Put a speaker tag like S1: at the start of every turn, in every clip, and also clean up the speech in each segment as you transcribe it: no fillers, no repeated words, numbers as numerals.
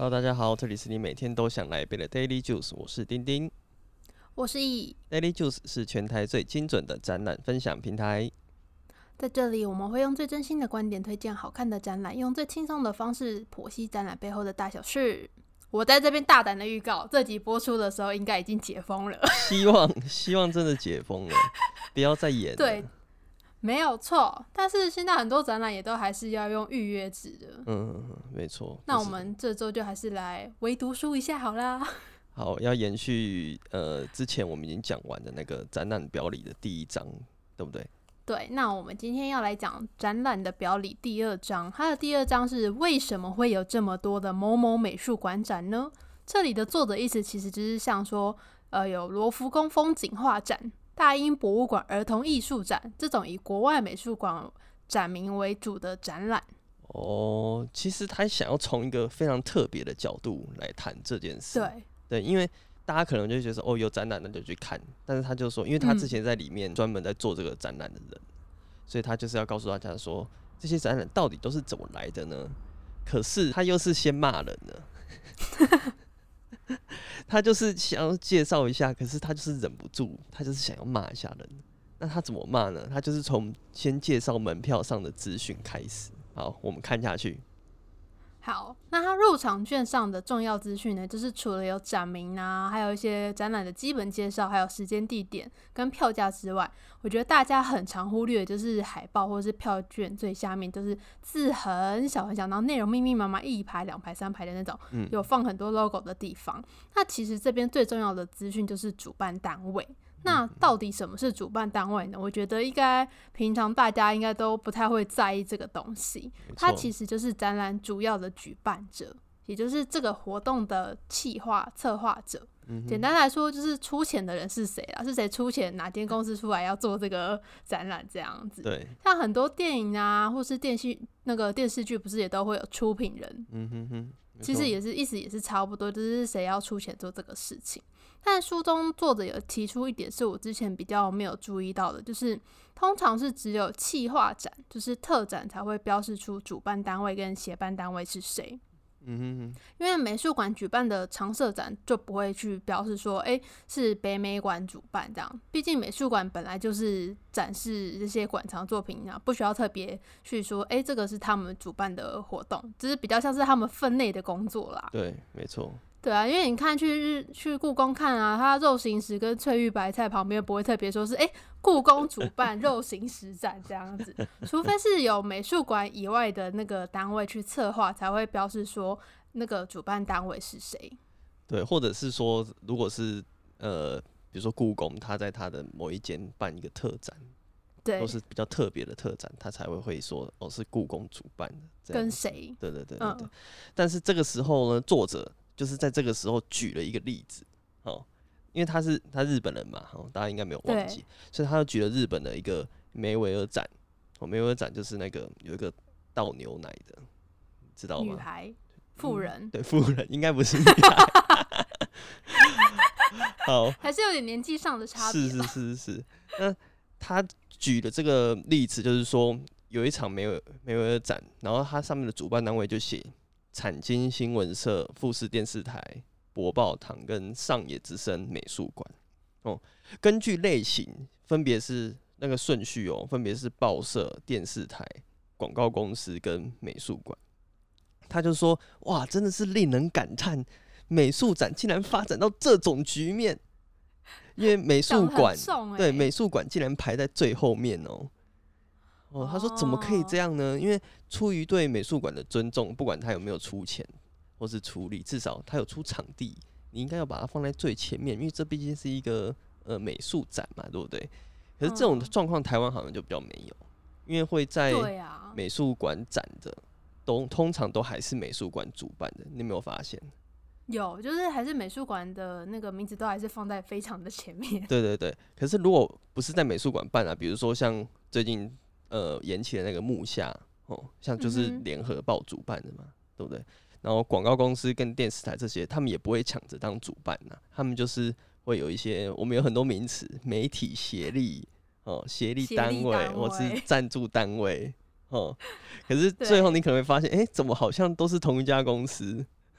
S1: Hello， 大家好，这里是你每天都想来一杯的 Daily Juice， 我是丁丁，
S2: 我是易。
S1: Daily Juice 是全台最精准的展览分享平台，
S2: 在这里我们会用最真心的观点推荐好看的展览，用最轻松的方式剖析展览背后的大小事。我在这边大胆的预告，这集播出的时候应该已经解封了。
S1: 希望真的解封了，不要再演了。
S2: 对，没有错。但是现在很多展览也都还是要用预约制的。
S1: 没错。
S2: 那我们这周就还是来微读书一下好啦。
S1: 好，要延续之前我们已经讲完的那个展览表里的第一章，对不对？
S2: 对，那我们今天要来讲展览的表里第二章，它的第二章是为什么会有这么多的某某美术馆展呢？这里的作者意思其实就是像说，有罗浮宫风景画展、大英博物馆儿童艺术展这种以国外美术馆展名为主的展览。
S1: 哦，其实他想要从一个非常特别的角度来谈这件事。对，因为大家可能就会觉得说，哦，有展览那就去看，但是他就说，因为他之前在里面专门在做这个展览的人，所以他就是要告诉大家说，这些展览到底都是怎么来的呢？可是他又是先骂人的，他就是想要介绍一下，可是他就是忍不住，他就是想要骂一下人。那他怎么骂呢？他就是从先介绍门票上的资讯开始。好，我们看下去。
S2: 好，那它入场券上的重要资讯呢，就是除了有展名啊，还有一些展览的基本介绍，还有时间、地点跟票价之外，我觉得大家很常忽略的就是海报或者是票券最下面都是字很小很小，然后内容密密麻麻一排、两排、三排的那种，有放很多 logo 的地方。那其实这边最重要的资讯就是主办单位。那到底什么是主办单位呢？我觉得应该平常大家应该都不太会在意这个东西。它其实就是展览主要的举办者，也就是这个活动的企划策划者。简单来说，就是出钱的人是谁啦？是谁出钱？哪间公司出来要做这个展览这样子？
S1: 对，
S2: 像很多电影啊，或是电视剧，不是也都会有出品人？其实意思也是差不多，就是谁要出钱做这个事情。但书中作者有提出一点是我之前比较没有注意到的，就是通常是只有企划展，就是特展才会标示出主办单位跟协办单位是谁。因为美术馆举办的常设展就不会去标示说是北美馆主办这样，毕竟美术馆本来就是展示这些馆藏作品啊，不需要特别去说这个是他们主办的活动，只是比较像是他们分内的工作啦。
S1: 对，没错。
S2: 对啊，因为你看去故宫看啊，它肉形石跟翠玉白菜旁边不会特别说是故宫主办肉形石展这样子，除非是有美术馆以外的那个单位去策划，才会标示说那个主办单位是谁。
S1: 对，或者是说，如果是比如说故宫，他在他的某一间办一个特展，
S2: 对，
S1: 都是比较特别的特展，他才会说是故宫主办的，
S2: 跟谁？
S1: 对。但是这个时候呢，作者就是在这个时候举了一个例子，因为他日本人嘛，大家应该没有忘记，所以他就举了日本的一个梅维尔展，梅维尔展就是那个有一个倒牛奶的，知道吗？
S2: 女孩，妇人，
S1: 对，妇人应该不是女孩，好，
S2: 还是有点年纪上的差别。
S1: 是。那他举的这个例子就是说，有一场梅维尔展，然后它上面的主办单位就写产经新闻社、富士电视台、博报堂跟上野之声美术馆。根据类型分别是那个顺序分别是报社、电视台、广告公司跟美术馆。他就说，哇，真的是令人感叹，美术展竟然发展到这种局面。因为美术馆对美术馆竟然排在最后面他说怎么可以这样呢？因为出于对美术馆的尊重，不管他有没有出钱或是出力，至少他有出场地，你应该要把它放在最前面，因为这毕竟是一个美术展嘛，对不对？可是这种状况台湾好像就比较没有，因为会在美术馆展的通常都还是美术馆主办的，你有没有发现？
S2: 有，就是还是美术馆的那个名字都还是放在非常的前面。
S1: 对。可是如果不是在美术馆办啊，比如说像最近延期的那个木下像就是联合报主办的嘛，对不对？然后广告公司跟电视台这些，他们也不会抢着当主办他们就是会有一些我们有很多名词，媒体协力协力单位或是赞助单位可是最后你可能会发现，怎么好像都是同一家公司？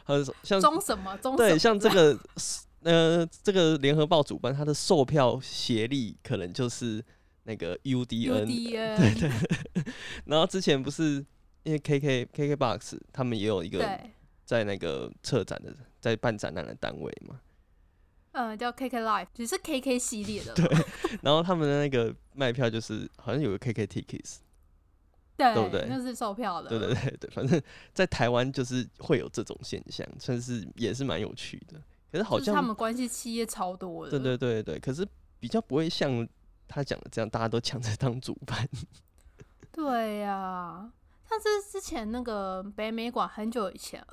S1: 像
S2: 中什么中
S1: 对，
S2: 什么
S1: 像这个联合报主办，它的售票协力可能就是那个 UDN， 对对。然后之前不是因为 KKBOX 他们也有一个在那个策展的在办展览的单位嘛，
S2: 叫 KK Live， 只是 KK 系列的。
S1: 对，然后他们的那个卖票就是好像有个 KK Tickets， 对不对？
S2: 那是售票的。
S1: 对对对对，反正在台湾就是会有这种现象，算是也是蛮有趣的。可是好像、
S2: 就是他们关系企业超多的。
S1: 对对对对，可是比较不会像他讲的这样，大家都抢着当主办。
S2: 对呀、像是之前那个北美馆很久以前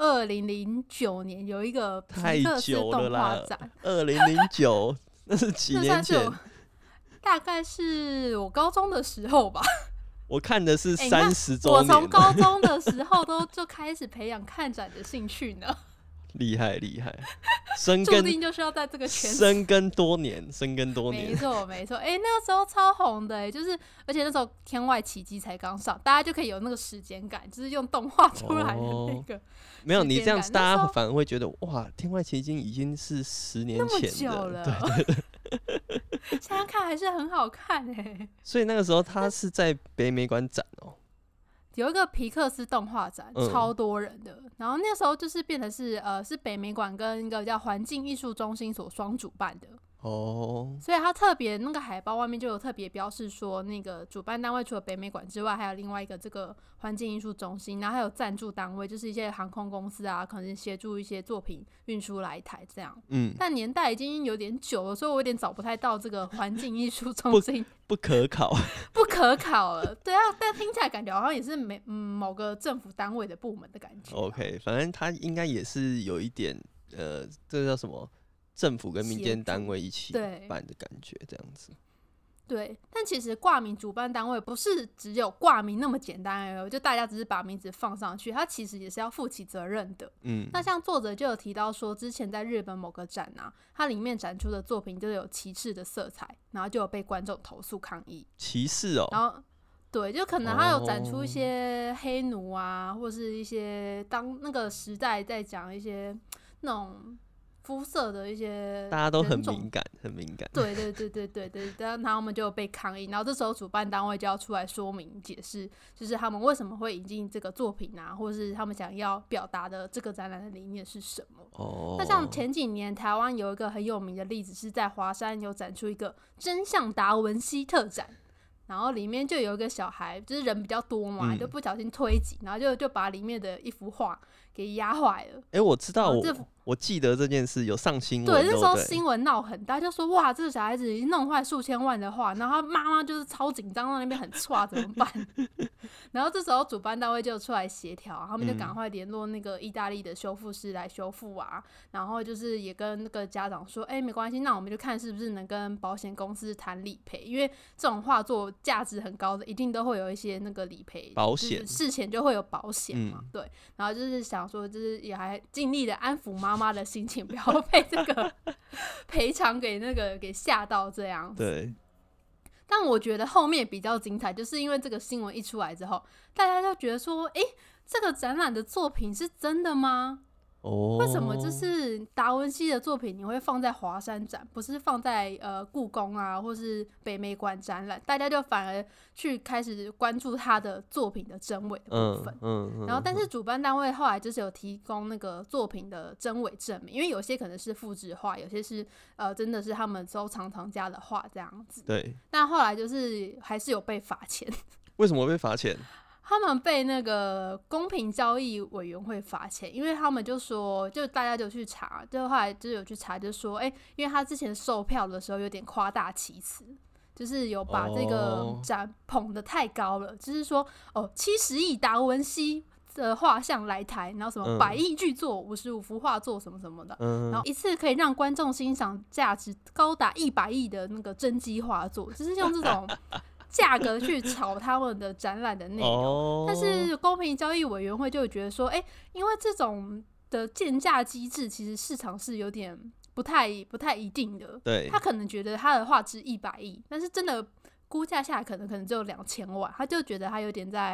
S2: ，2009年有一个皮克斯动画展
S1: ，2009那是几年前？
S2: 大概是我高中的时候吧。
S1: 我看的是30周年、
S2: 我从高中的时候就开始培养看展的兴趣呢。
S1: 厉害厉害，
S2: 注定就是要在这个圈子
S1: 深耕多年。
S2: 没错没错，那个时候超红的，就是而且那时候《天外奇迹》才刚上，大家就可以有那个时间感，就是用动画出来的那个、
S1: 没有你这样，大家反而会觉得哇，《天外奇迹》已经是10年前的，
S2: 那么久了，
S1: 对对对。
S2: 现在看还是很好看
S1: 所以那个时候他是在北美馆展哦。
S2: 有一个皮克斯动画展，超多人的。然后那时候就是变成是北美馆跟一个叫环境艺术中心所双主办的。所以他特别那个海报外面就有特别标示说，那个主办单位除了北美馆之外，还有另外一个这个环境艺术中心，然后还有赞助单位，就是一些航空公司啊，可能协助一些作品运输来台这样。但年代已经有点久了，所以我有点找不太到这个环境艺术中心，
S1: 不可考，
S2: 不可考了。对啊，但听起来感觉好像也是某个政府单位的部门的感觉。
S1: OK， 反正他应该也是有一点这个叫什么？政府跟民间单位一起办的感觉，这样子。
S2: 对，但其实挂名主办单位不是只有挂名那么简单而已，就大家只是把名字放上去，它其实也是要负起责任的。那像作者就有提到说，之前在日本某个展啊，它里面展出的作品就有歧视的色彩，然后就有被观众投诉抗议。
S1: 歧视哦？
S2: 然后对，就可能他有展出一些黑奴啊，或是一些当那个时代在讲一些那种肤色的一些，
S1: 大家都很敏感，很敏感。
S2: 对对对对对对，然后他们就有被抗议，然后这时候主办单位就要出来说明解释，就是他们为什么会引进这个作品啊，或是他们想要表达的这个展览的理念是什么。那像前几年台湾有一个很有名的例子，是在华山有展出一个真相达文西特展。然后里面就有一个小孩，就是人比较多嘛，就不小心推挤，然后就把里面的一幅画给压坏了。
S1: 我知道，我记得这件事有上新闻。对，
S2: 那时候新闻闹很大，就说哇，这个小孩子已经弄坏数千万的画，然后他妈妈就是超紧张，在那边很剉怎么办？然后这时候主办单位就出来协调，他们就赶快联络那个意大利的修复师来修复啊，然后就是也跟那个家长说，没关系，那我们就看是不是能跟保险公司谈理赔，因为这种画作价值很高的，一定都会有一些那个理赔
S1: 保险，
S2: 就是事前就会有保险嘛，对。然后就是想说，就是也还尽力的安抚妈妈的心情，不要被这个赔偿给吓到这样子。
S1: 对。
S2: 但我觉得后面比较精彩，就是因为这个新闻一出来之后，大家就觉得说，这个展览的作品是真的吗？为什么就是达文西的作品你会放在华山展，不是放在故宫啊，或是北美馆展览？大家就反而去开始关注他的作品的真伪的部分。然后但是主办单位后来就是有提供那个作品的真伪证明，因为有些可能是复制画，有些是真的是他们收藏家的画这样子。
S1: 对。
S2: 但后来就是还是有被罚钱。
S1: 为什么被罚钱？
S2: 他们被那个公平交易委员会罚钱，因为他们就说，就大家就去查，就后来就有去查，就说，因为他之前售票的时候有点夸大其词，就是有把这个展捧得太高了，就是说，70亿达文西的画像来台，然后什么100亿巨作、55幅画作什么什么的，然后一次可以让观众欣赏价值高达100亿的那个真迹画作，就是用这种价格去炒他们的展览的内容。但是公平交易委员会就觉得说，因为这种的建价机制其实市场是有点不太一定的。
S1: 对，
S2: 他可能觉得他的画值100亿，但是真的估价下来可能只有2000万，他就觉得他有点在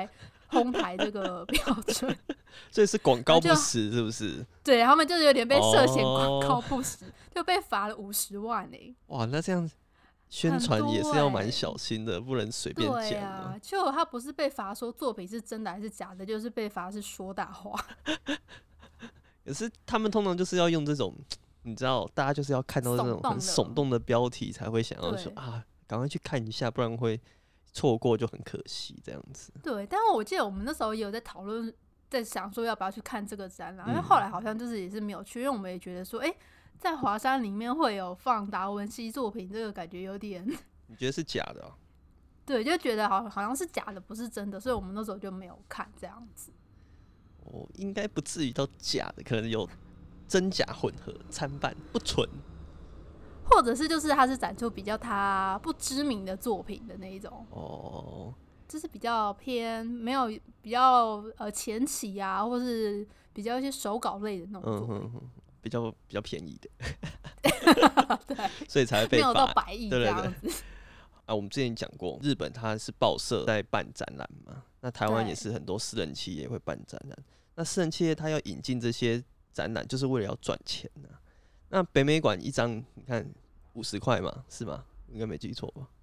S2: 哄抬这个标准，
S1: 所以是广告不实，是不是？
S2: 对，他们就是有点被涉嫌广告不实，就被罚了50万
S1: 哇，那这样宣传也是要蛮小心的，不能随便讲。
S2: 对啊，就他不是被罚说作品是真的还是假的，就是被罚是说大话。
S1: 可是他们通常就是要用这种，你知道，大家就是要看到这种很耸动的标题，才会想要说啊，赶快去看一下，不然会错过就很可惜这样子。
S2: 对，但是我记得我们那时候也有在讨论，在想说要不要去看这个展览，但后来好像就是也是没有去，因为我们也觉得说，在华山里面会有放达文西作品，这个感觉有点，
S1: 你觉得是假的啊？
S2: 对，就觉得好像是假的，不是真的，所以我们那时候就没有看这样子。
S1: 应该不至于到假的，可能有真假混合参半，不纯。
S2: 或者是就是他是展出比较他不知名的作品的那一种就是比较偏没有比较前期啊，或是比较一些手稿类的那种作品，
S1: 比较便宜的，
S2: 对，
S1: 所以才会被罚，
S2: 没有到100亿这样子。
S1: 对啊，我们之前讲过，日本它是报社在办展览嘛，那台湾也是很多私人企业会办展览，那私人企业它要引进这些展览，就是为了要赚钱啊。那北美馆一张，你看50块嘛，是吗？应该没记错吧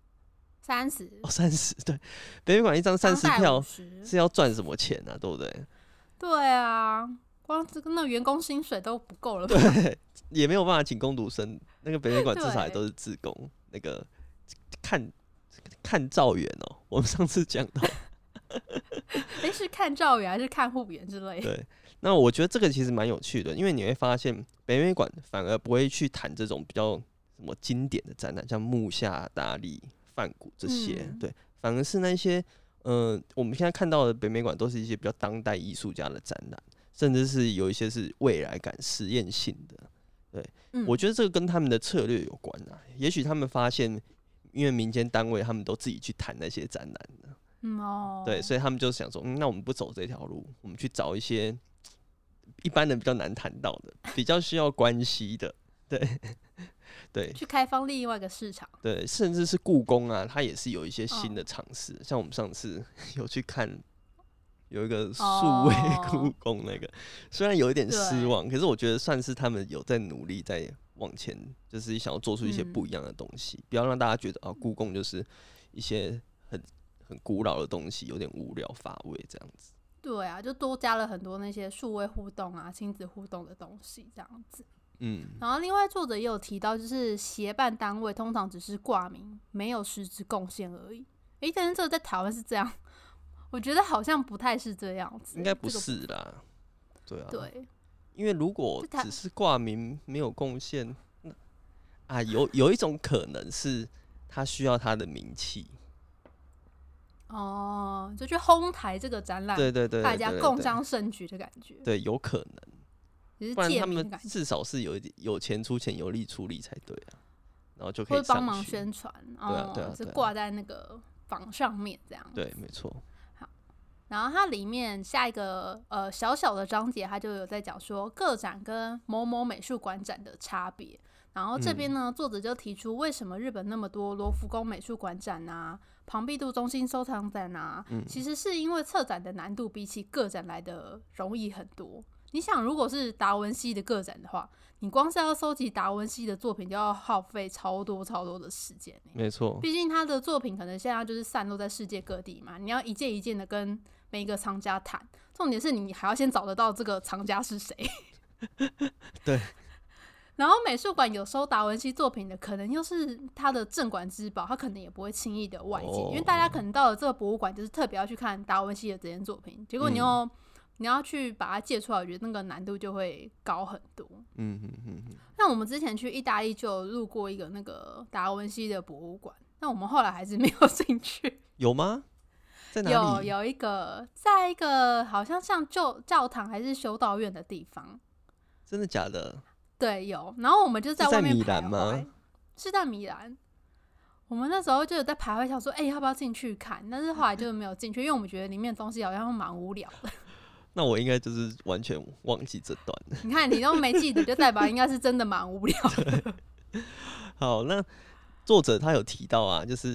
S1: ？30，对，北美馆一张30票是要赚什么钱啊？对不对？
S2: 对啊，光这个那员工薪水都不够了吧？
S1: 对，也没有办法请工读生，那个北美馆至少也都是志工，那个看照员我们上次讲到。
S2: 是看照员还是看护员之类的？
S1: 对，那我觉得这个其实蛮有趣的，因为你会发现北美馆反而不会去谈这种比较什么经典的展览，像木下、达利、梵谷这些，对，反而是那些我们现在看到的北美馆都是一些比较当代艺术家的展览，甚至是有一些是未来感、实验性的。对，我觉得这个跟他们的策略有关啊。也许他们发现，因为民间单位他们都自己去谈那些展览的。对，所以他们就想说，那我们不走这条路，我们去找一些一般人比较难谈到的，比较需要关系的，对，
S2: 去开放另外一个市场。
S1: 对，甚至是故宫啊，它也是有一些新的尝试，像我们上次有去看，有一个数位故宫那个，虽然有一点失望，可是我觉得算是他们有在努力在往前，就是想要做出一些不一样的东西，不要让大家觉得故宫就是一些很古老的东西，有点无聊乏味这样子。
S2: 对啊，就多加了很多那些数位互动啊、亲子互动的东西这样子。然后另外作者也有提到，就是协办单位通常只是挂名，没有实质贡献而已。但是这个在台湾是这样，我觉得好像不太是这样子。
S1: 应该不是啦，对啊，
S2: 对，
S1: 因为如果只是挂名没有贡献，有一种可能是他需要他的名气。
S2: 就去哄抬这个展览，
S1: 对，
S2: 大家共襄盛举的感觉。
S1: 对，有可能，不然他们至少是有钱出钱，有力出力才对啊，然后就可以
S2: 会帮忙宣传，
S1: 对，
S2: 是挂在那个榜上面这样。
S1: 对，没错。
S2: 好，然后它里面下一个小小的章节，它就有在讲说个展跟某某美术馆展的差别。然后这边呢，作者就提出为什么日本那么多罗浮宫美术馆展啊、庞毕度中心收藏展啊，其实是因为策展的难度比起个展来的容易很多。你想，如果是达文西的个展的话，你光是要收集达文西的作品，就要耗费超多的时间。
S1: 没错，
S2: 毕竟他的作品可能现在就是散落在世界各地嘛，你要一件一件的跟每一个藏家谈，重点是你还要先找得到这个藏家是谁。
S1: 对。
S2: 然后美术馆有收达文西作品的，可能又是他的镇馆之宝，他可能也不会轻易的外借，因为大家可能到了这个博物馆就是特别要去看达文西的这件作品，结果你要去把它借出来，我觉得那个难度就会高很多。那我们之前去意大利就有路过一个那个达文西的博物馆，但我们后来还是没有进去。
S1: 有吗？在哪里？
S2: 有一个在一个好像像教堂还是修道院的地方。
S1: 真的假的？
S2: 对，有。然后我们就在外面
S1: 徘徊。是在米兰吗？
S2: 是在米兰。我们那时候就有在徘徊，想说，要不要进去看？但是后来就没有进去，因为我们觉得里面的东西好像蛮无聊的。
S1: 那我应该就是完全忘记这段了。
S2: 你看，你都没记得，就代表应该是真的蛮无聊的。
S1: 好，那作者他有提到啊，就是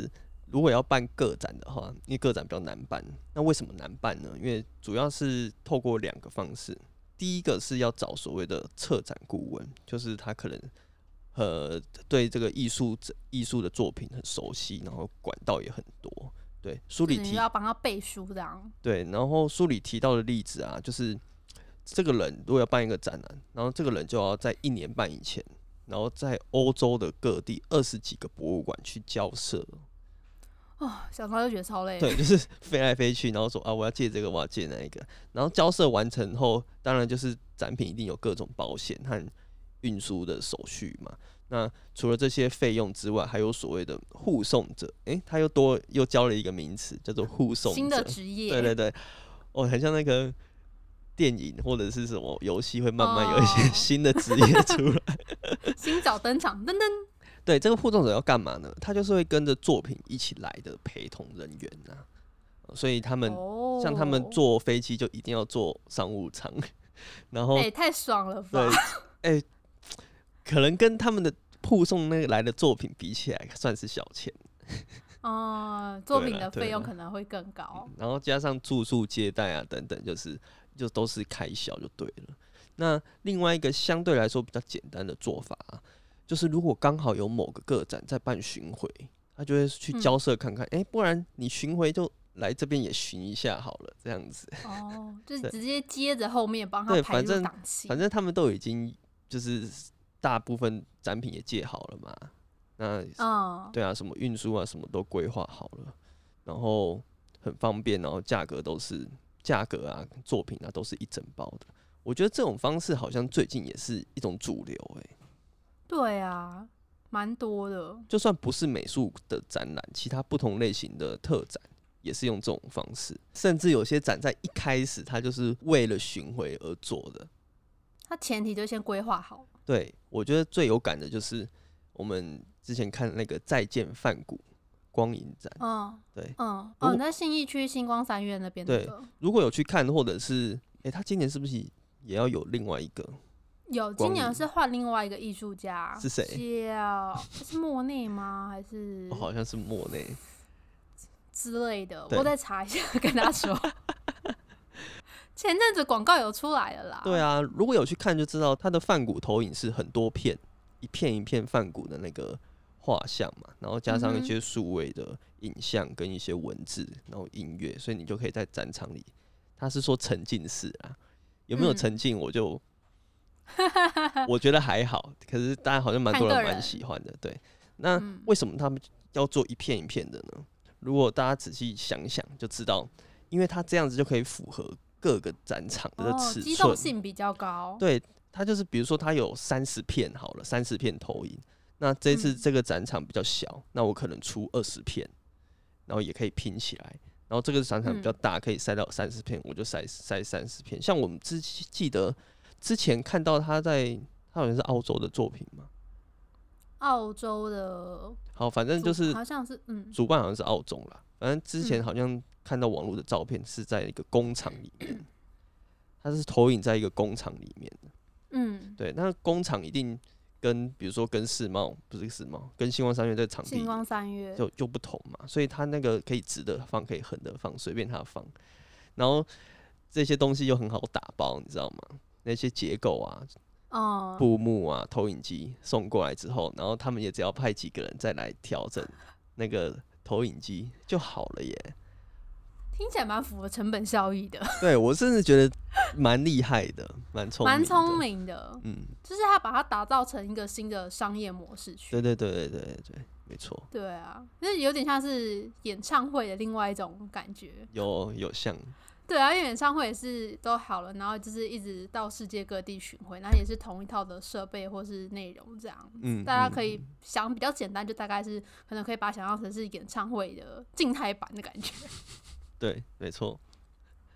S1: 如果要办个展的话，因为个展比较难办，那为什么难办呢？因为主要是透过2个方式，第一个是要找所谓的策展顾问，就是他可能对这个艺术的作品很熟悉，然后管道也很多。对，书里
S2: 你要帮他背书这样。
S1: 对，然后书里提到的例子啊，就是这个人如果要办一个展览，然后这个人就要在1年半以前，然后在欧洲的各地20几个博物馆去交涉。
S2: 想到就觉得超累。
S1: 对，就是飞来飞去，然后说啊，我要借这个，我要借那一个，然后交涉完成后，当然就是展品一定有各种保险和运输的手续嘛。那除了这些费用之外，还有所谓的护送者，他又教了一个名词，叫做护送者，
S2: 新的职业。
S1: 对对对，很像那个电影或者是什么游戏，会慢慢有一些新的职业出来，
S2: 新角登场，噔噔。
S1: 对，这个护送者要干嘛呢？他就是会跟着作品一起来的陪同人员啊，所以他们像他们坐飞机就一定要坐商务舱，然后
S2: 太爽了吧？
S1: 对，可能跟他们的护送那个来的作品比起来，算是小钱。
S2: 作品的费用可能会更高，
S1: 然后加上住宿接待啊等等，就都是开销就对了。那另外一个相对来说比较简单的做法啊，就是如果刚好有某个个展在办巡回，他就会去交涉看看，不然你巡回就来这边也巡一下好了，这样子。
S2: 就是直接接着后面帮他排入档期。
S1: 反正他们都已经就是大部分展品也借好了嘛，那对啊，什么运输啊什么都规划好了，然后很方便，然后价格啊作品啊都是一整包的。我觉得这种方式好像最近也是一种主流
S2: 对啊，蛮多的。
S1: 就算不是美术的展览，其他不同类型的特展也是用这种方式，甚至有些展在一开始它就是为了巡回而做的，
S2: 它前提就先规划好。
S1: 对，我觉得最有感的就是我们之前看那个《再见梵谷》光影展。对，
S2: 你在信义区星光三院那边的。
S1: 对，如果有去看，或者是他今年是不是也要有另外一个？
S2: 有，今年是换另外一个艺术家，
S1: 是谁？
S2: 是莫内吗？还是？
S1: 好像是莫内
S2: 之类的，我再查一下，跟他说。前阵子广告有出来了啦。
S1: 对啊，如果有去看就知道，他的梵谷投影是很多片，一片一片梵谷的那个画像嘛，然后加上一些数位的影像跟一些文字，然后音乐，所以你就可以在展场里。他是说沉浸式啊，有没有沉浸我就。我觉得还好，可是大家好像蛮多人蛮喜欢的。对，那为什么他们要做一片一片的呢？如果大家仔细想想就知道，因为他这样子就可以符合各个展场的尺寸，
S2: 机动性比较高。
S1: 对，他就是比如说他有30片好了，30片投影，那这次这个展场比较小，那我可能出20片，然后也可以拼起来。然后这个展场比较大，可以塞到30片，我就塞30片。像我们记得。之前看到他好像是澳洲的作品嘛，
S2: 澳洲的，
S1: 好，反正就是
S2: 好像是
S1: 主办好像是澳洲啦。反正之前好像看到网络的照片是在一个工厂里面，它是投影在一个工厂里面的。对，那工厂一定比如说跟世贸不是世贸，跟星光三月在场地
S2: 星光三月
S1: 就不同嘛，所以它那个可以直的放，可以横的放，随便它放。然后这些东西又很好打包，你知道吗？那些结构啊、布幕啊、投影机送过来之后，然后他们也只要派几个人再来调整那个投影机就好了耶。
S2: 听起来蛮符合成本效益的。
S1: 对，我甚至觉得蛮厉害的，蛮聪
S2: 明的。就是他把它打造成一个新的商业模式去。
S1: 对，没错。
S2: 对啊，就是有点像是演唱会的另外一种感觉。
S1: 有像。
S2: 对啊，因为演唱会也是都好了，然后就是一直到世界各地巡回，然后也是同一套的设备或是内容这样。大家可以想比较简单，就大概是可能可以把它想象成是演唱会的静态版的感觉。
S1: 对，没错。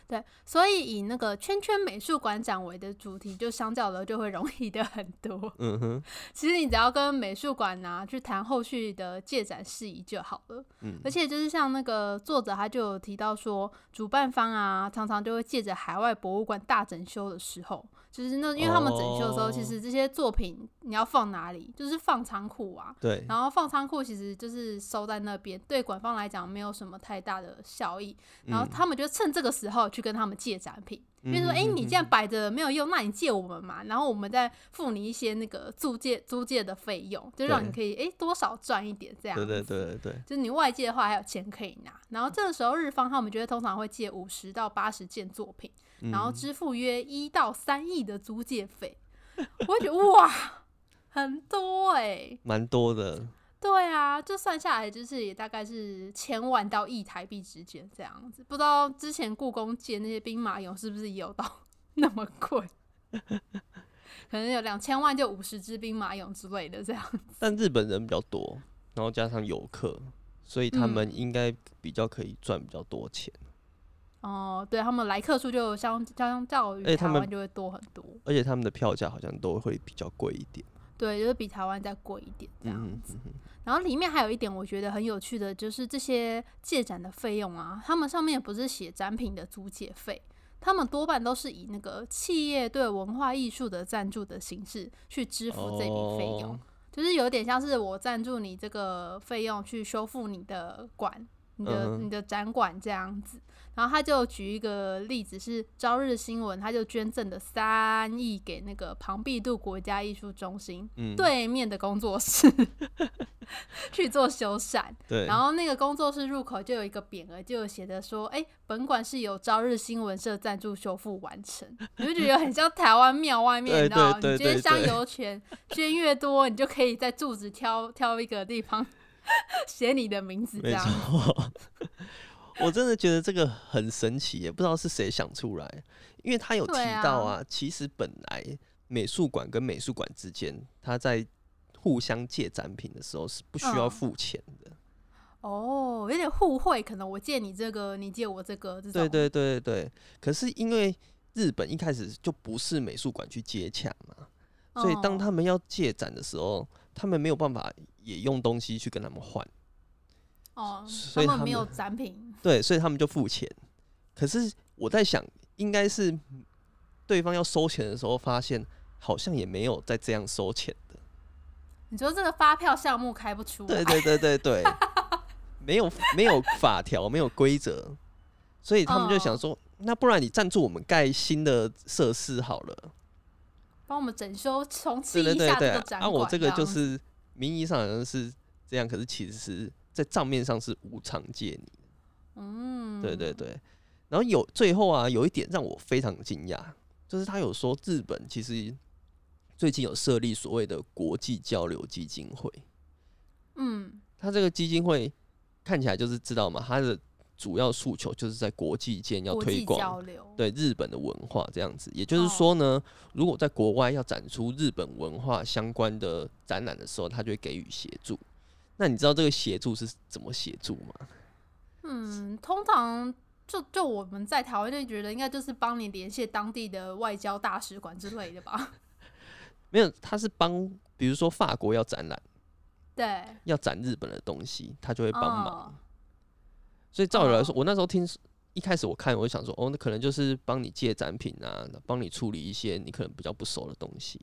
S2: 对，所以以那个圈圈美术馆展为的主题，就相较的就会容易的很多。
S1: 嗯哼，
S2: 其实你只要跟美术馆去谈后续的借展事宜就好了。而且就是像那个作者他就有提到说，主办方常常就会借着海外博物馆大整修的时候，就是因为他们整修的时候，其实这些作品你要放哪里，就是放仓库啊。
S1: 对，
S2: 然后放仓库其实就是收在那边，对馆方来讲没有什么太大的效益。然后他们就趁这个时候去跟他们借展品，比如说你既然摆着没有用，那你借我们嘛，然后我们再付你一些那个租借的费用，就让你可以多少赚一点这样子。
S1: 对，
S2: 就是你外借的话还有钱可以拿。然后这个时候日方他们通常会借50到80件作品，然后支付约1到3亿的租借费。我会觉得哇，很多
S1: 蛮多的。
S2: 对啊，就算下来就是也大概是1000万到亿台币之间这样子。不知道之前故宫借那些兵马俑是不是也有到那么贵？可能有2000万就50只兵马俑之类的这样子。
S1: 但日本人比较多，然后加上游客，所以他们应该比较可以赚比较多钱。
S2: 对，他们来客数就相较于台湾就会多很多，
S1: 而且他们的票价好像都会比较贵一点。
S2: 对，就是比台湾再贵一点这样子。然后里面还有一点我觉得很有趣的，就是这些借展的费用他们上面不是写展品的租借费，他们多半都是以那个企业对文化艺术的赞助的形式去支付这笔费用。就是有点像是我赞助你这个费用去修复你的馆，你的展馆这样子。然后他就举一个例子是朝日新闻，他就捐赠的3亿给那个庞毕度国家艺术中心对面的工作室去做修缮。
S1: 对，
S2: 然后那个工作室入口就有一个匾额，就有写的说本馆是由朝日新闻社赞助修复完成。你就觉得很像台湾庙外面，你知道，你捐香油钱捐越多，你就可以在柱子挑一个地方写你的名字这样。
S1: 没错。我真的觉得这个很神奇耶，不知道是谁想出来，因为他有提到其实本来美术馆跟美术馆之间，他在互相借展品的时候是不需要付钱的。
S2: 有点互惠，可能我借你这个，你借我这个，这种。
S1: 对。可是因为日本一开始就不是美术馆去接洽嘛，所以当他们要借展的时候，他们没有办法也用东西去跟他们换。所以
S2: 他们没有展品，
S1: 对，所以他们就付钱。可是我在想，应该是对方要收钱的时候，发现好像也没有再这样收钱的。
S2: 你说这个发票项目开不出来？
S1: 对，没有法条，没有规则，所以他们就想说，那不然你赞助我们盖新的设施好了，
S2: 帮我们整修重砌一下这个展馆。
S1: 我这个就是名义上好像是这样，可是其实是在账面上是无偿借你。对。然后最后有一点让我非常惊讶，就是他有说日本其实最近有设立所谓的国际交流基金会。他这个基金会看起来就是知道嘛，他的主要诉求就是在国际间要推广对日本的文化这样子。也就是说呢，如果在国外要展出日本文化相关的展览的时候，他就会给予协助。那你知道这个协助是怎么协助吗？
S2: 通常就我们在台湾就觉得应该就是帮你联系当地的外交大使馆之类的吧。
S1: 没有，他是帮，比如说法国要展览，
S2: 对，
S1: 要展日本的东西，他就会帮忙。所以照理来说，我那时候一开始我看，我就想说，那可能就是帮你借展品啊，帮你处理一些你可能比较不熟的东西。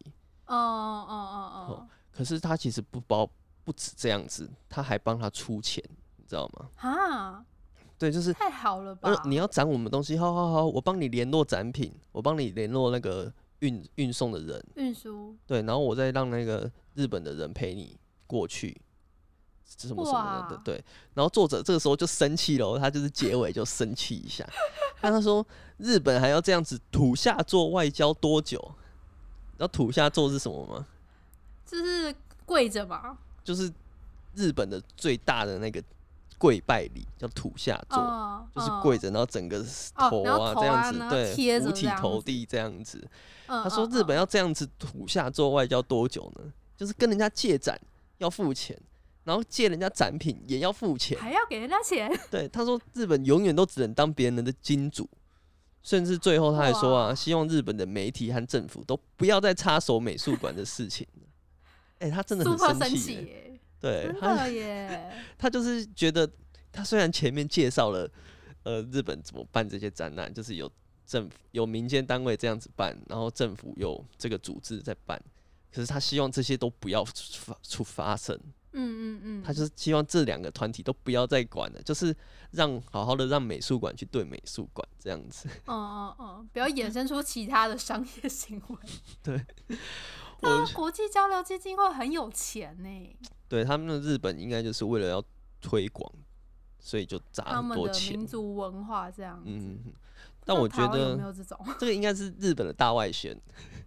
S1: 可是他其实不止这样子，他还帮他出钱，你知道吗？对，就是
S2: 太好了吧？
S1: 你要展我们东西，好，我帮你联络展品，我帮你联络那个运送的人，
S2: 运输。对，
S1: 然后我再让那个日本的人陪你过去，什么的，对。然后作者这个时候就生气了，他就是结尾就生气一下，他说日本还要这样子土下做外交多久？然后土下做是什么吗？
S2: 就是跪着嘛。
S1: 就是日本的最大的那个跪拜礼叫土下座，就是跪着，然后整个头这样子，对，五体投地这样子。他说日本要这样子土下座外交多久呢？就是跟人家借展要付钱，然后借人家展品也要付钱，
S2: 还要给人家钱。
S1: 对，他说日本永远都只能当别人的金主， 甚至最后他还说啊，希望日本的媒体和政府都不要再插手美术馆的事情了。他真的很生气耶。对，
S2: 真的耶。
S1: 他就是觉得，他虽然前面介绍了日本怎么办这些展览，就是有政府有民间单位这样子办，然后政府有这个组织在办，可是他希望这些都不要发生。他就是希望这2个团体都不要再管了，就是好好的让美术馆去对美术馆这样子。
S2: 不要衍生出其他的商业行为。
S1: 对，
S2: 国际交流基金会很有钱呢。
S1: 对，他们的日本应该就是为了要推广，所以就砸很多钱。
S2: 他们的民族文化这样子。
S1: 但我觉得
S2: 有没有这种？
S1: 这个应该是日本的大外宣。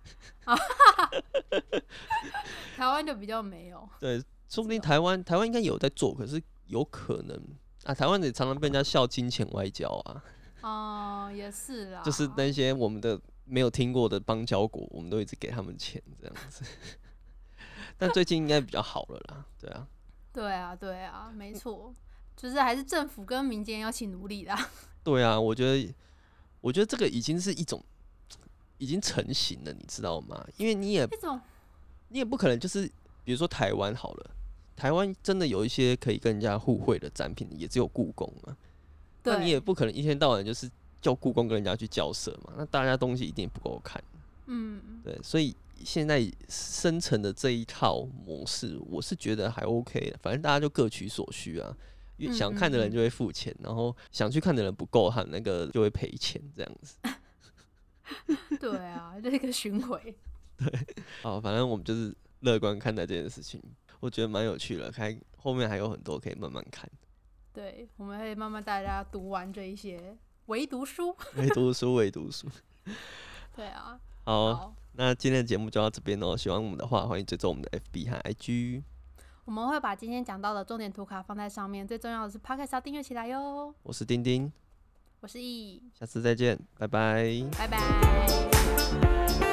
S2: 台湾就比较没有。
S1: 对。说不定台湾应该有在做，可是有可能啊，台湾也常常被人家笑金钱外交啊。
S2: 也是啦。
S1: 就是那些我们的没有听过的邦交国，我们都一直给他们钱这样子。但最近应该比较好了啦，对啊。
S2: 对啊，没错，就是还是政府跟民间要一起努力啦。
S1: 对啊，我觉得这个已经是一种已经成型了，你知道吗？因为你也不可能就是比如说台湾好了。台湾真的有一些可以跟人家互惠的展品，也只有故宫嘛。那你也不可能一天到晚就是叫故宫跟人家去交涉嘛，那大家东西一定也不够看。对，所以现在生成的这一套模式，我是觉得还 OK 的，反正大家就各取所需啊。想看的人就会付钱，然后想去看的人不够，他那个就会赔钱这样子。
S2: 对啊，就是一个巡回。
S1: 对，好，反正我们就是乐观看待这件事情。我觉得蛮有趣的，后面还有很多可以慢慢看。
S2: 对，我们会慢慢带大家读完这一些唯读书。
S1: 唯读书。
S2: 对啊。
S1: 好，那今天的节目就到这边哦。喜欢我们的话，欢迎追踪我们的 FB 和 IG。
S2: 我们会把今天讲到的重点图卡放在上面，最重要的是 Podcast 要订阅起来哟。
S1: 我是丁丁，
S2: 我是易，
S1: 下次再见，拜拜。
S2: 拜拜。